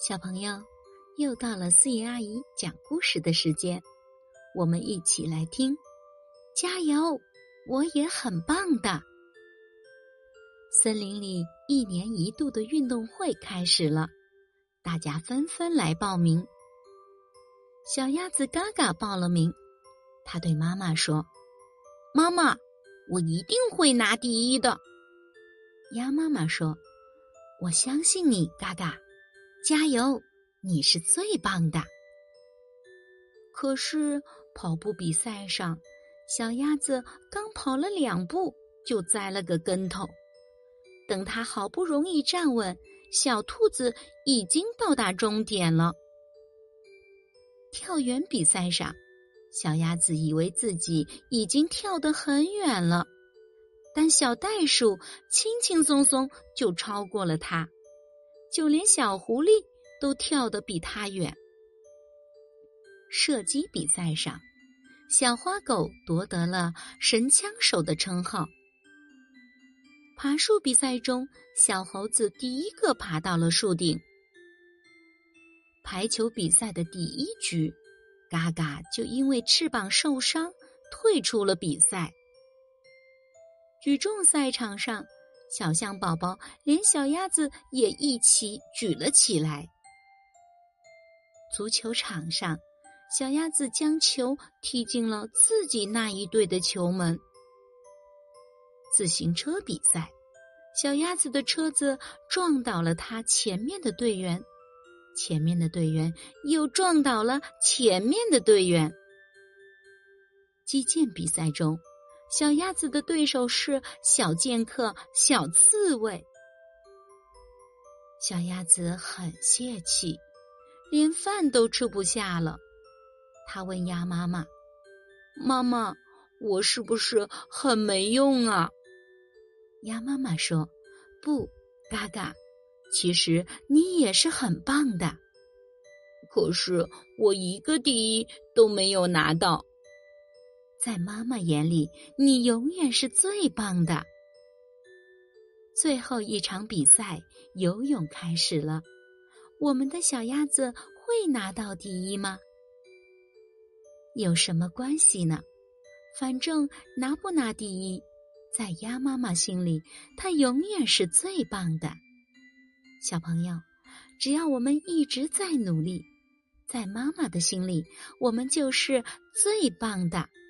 小朋友，又到了思怡阿姨讲故事的时间，我们一起来听。加油，我也很棒的。森林里1年1度的运动会开始了，大家纷纷来报名。小鸭子嘎嘎报了名，他对妈妈说：“妈妈，我一定会拿第一的。”鸭妈妈说：“我相信你，嘎嘎，加油，你是最棒的。”可是跑步比赛上，小鸭子刚跑了2步就栽了个跟头。等它好不容易站稳，小兔子已经到达终点了。跳远比赛上，小鸭子以为自己已经跳得很远了，但小袋鼠轻轻松松就超过了它，就连小狐狸都跳得比它远。射击比赛上，小花狗夺得了神枪手的称号。爬树比赛中，小猴子第一个爬到了树顶。排球比赛的第1局，嘎嘎就因为翅膀受伤退出了比赛。举重赛场上，小象宝宝连小鸭子也一起举了起来。足球场上，小鸭子将球踢进了自己那一队的球门。自行车比赛，小鸭子的车子撞倒了它前面的队员，前面的队员又撞倒了前面的队员。击剑比赛中，小鸭子的对手是小剑客小刺猬。小鸭子很泄气，连饭都吃不下了。他问鸭妈妈：“妈妈，我是不是很没用啊？”鸭妈妈说：“不，嘎嘎，其实你也是很棒的。”可是我一个第一都没有拿到。在妈妈眼里，你永远是最棒的。最后一场比赛，游泳开始了。我们的小鸭子会拿到第一吗？有什么关系呢？反正拿不拿第一，在鸭妈妈心里，它永远是最棒的。小朋友，只要我们一直在努力，在妈妈的心里，我们就是最棒的。